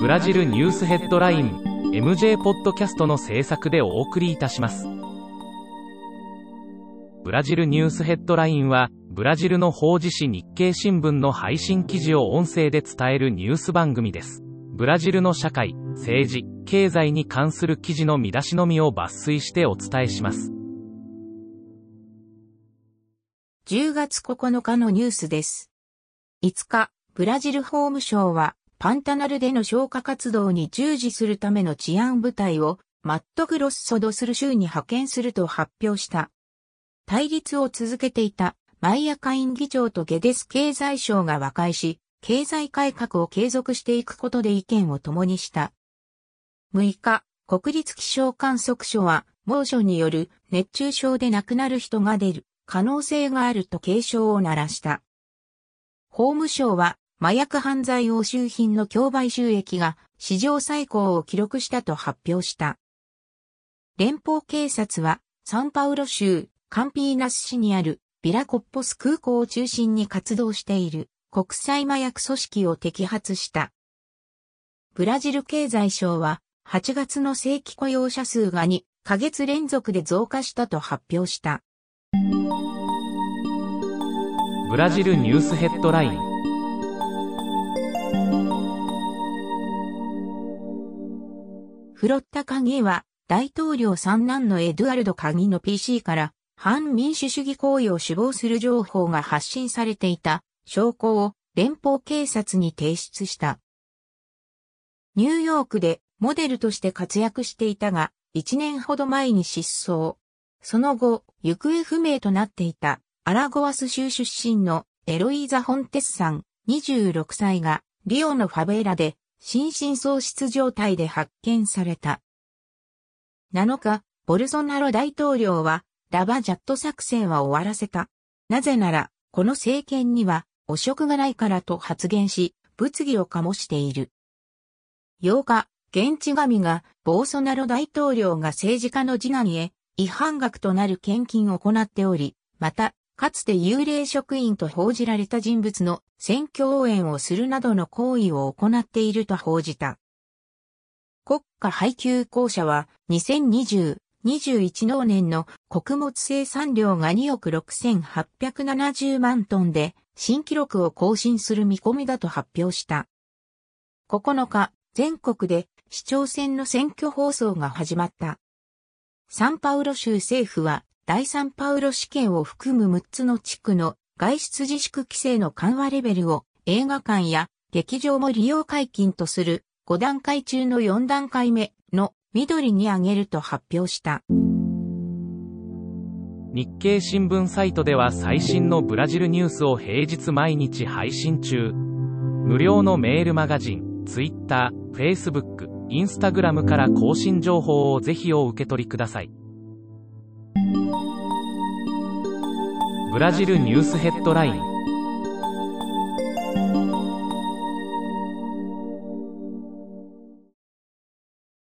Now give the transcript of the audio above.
ブラジルニュースヘッドライン MJ ポッドキャストの制作でお送りいたします。ブラジルニュースヘッドラインはブラジルの法事紙日経新聞の配信記事を音声で伝えるニュース番組です。ブラジルの社会、政治、経済に関する記事の見出しのみを抜粋してお伝えします。 10月9日のニュースです。5日、ブラジル法務省はパンタナルでの消火活動に従事するための治安部隊をマットグロッソドスル州に派遣すると発表した。対立を続けていたマイア下院議長とゲデス経済相が和解し、経済改革を継続していくことで意見を共にした。6日、国立気象観測所は猛暑による熱中症で亡くなる人が出る可能性があると警鐘を鳴らした。法務省は麻薬犯罪押収品の競売収益が史上最高を記録したと発表した。連邦警察はサンパウロ州カンピーナス市にあるビラコッポス空港を中心に活動している国際麻薬組織を摘発した。ブラジル経済省は8月の正規雇用者数が2ヶ月連続で増加したと発表した。 ブラジルニュースヘッドライン。 フロッタカギは大統領三男のエドゥアルド・カギの PC から反民主主義行為を首謀する情報が発信されていた証拠を連邦警察に提出した。ニューヨークでモデルとして活躍していたが、1年ほど前に失踪。その後、行方不明となっていたアラゴアス州出身のエロイーザ・ホンテスさん26歳がリオのファベーラで心神喪失状態で発見された。7日、ボルソナロ大統領はラバジャット作戦は終わらせた。なぜなら、この政権には汚職がないからと発言し、物議を醸している。8日、現地紙がボルソナロ大統領が政治家の次男へ違反額となる献金を行っており、また、かつて幽霊職員と報じられた人物の選挙応援をするなどの行為を行っていると報じた。国家配給公社は2020-21農年の穀物生産量が2億6870万トンで新記録を更新する見込みだと発表した。9日、全国で市長選の選挙放送が始まった。サンパウロ州政府は大サンパウロ市県を含む6つの地区の外出自粛規制の緩和レベルを映画館や劇場も利用解禁とする5段階中の4段階目の緑に上げると発表した。 日経新聞サイトでは最新のブラジルニュースを平日毎日配信中。無料のメールマガジン、Twitter、Facebook、Instagram から更新情報をぜひお受け取りください。ブラジルニュースヘッドライン。